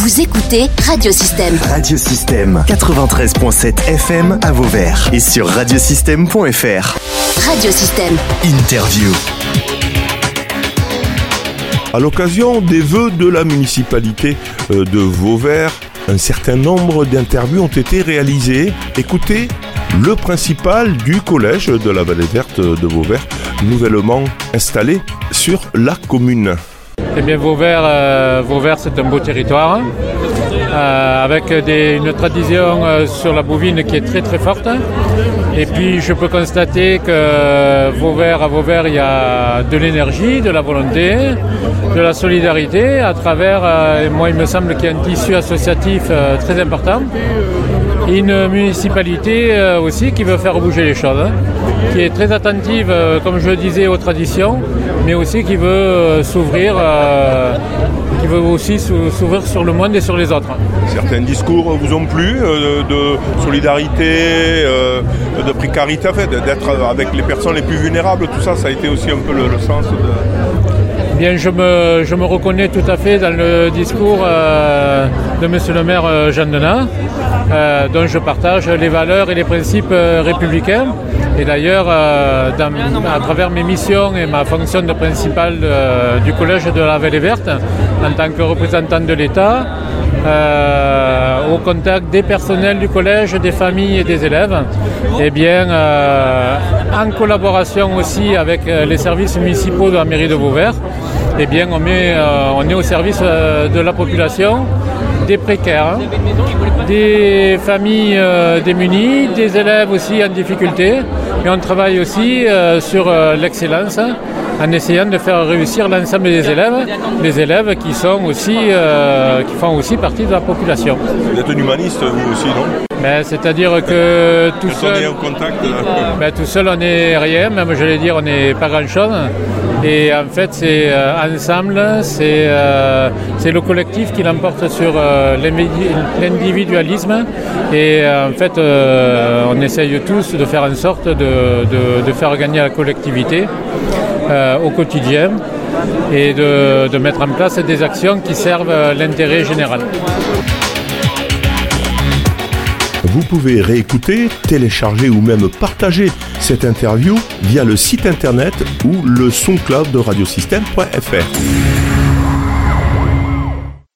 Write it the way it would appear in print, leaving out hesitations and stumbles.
Vous écoutez Radiosystème. Radiosystème 93.7 FM à Vauvert et sur radiosystème.fr. Radiosystème. Interview. À l'occasion des vœux de la municipalité de Vauvert, un certain nombre d'interviews ont été réalisées. Écoutez le principal du collège de la Vallée Verte de Vauvert, nouvellement installé sur la commune. Eh bien, Vauvert, c'est un beau territoire, avec une tradition sur la bovine qui est très très forte. Et puis je peux constater que à Vauvert, il y a de l'énergie, de la volonté, de la solidarité à travers, moi il me semble qu'il y a un tissu associatif très important. Et une municipalité aussi qui veut faire bouger les choses, qui est très attentive, comme je le disais, aux traditions, mais aussi qui veut s'ouvrir, s'ouvrir sur le monde et sur les autres. Certains discours vous ont plu, de solidarité, de précarité, en fait, d'être avec les personnes les plus vulnérables, tout ça, ça a été aussi un peu le sens de... Bien, je me reconnais tout à fait dans le discours de Monsieur le maire Jean Denat, dont je partage les valeurs et les principes républicains. Et d'ailleurs, à travers mes missions et ma fonction de principal du collège de la Vallée Verte, en tant que représentant de l'État, au contact des personnels du collège, des familles et des élèves, et bien, en collaboration aussi avec les services municipaux de la mairie de Vauvert, eh bien, on est au service de la population, des précaires, des familles démunies, des élèves aussi en difficulté. Et on travaille aussi sur l'excellence en essayant de faire réussir l'ensemble des élèves qui font aussi partie de la population. Vous êtes un humaniste, vous aussi, non ? C'est-à-dire que tout seul on n'est rien, même je vais dire on n'est pas grand-chose. Et en fait c'est ensemble, c'est le collectif qui l'emporte sur l'individualisme. Et en fait on essaye tous de faire en sorte de faire gagner la collectivité au quotidien et de mettre en place des actions qui servent l'intérêt général. Vous pouvez réécouter, télécharger ou même partager cette interview via le site internet ou le SoundCloud de radiosystème.fr.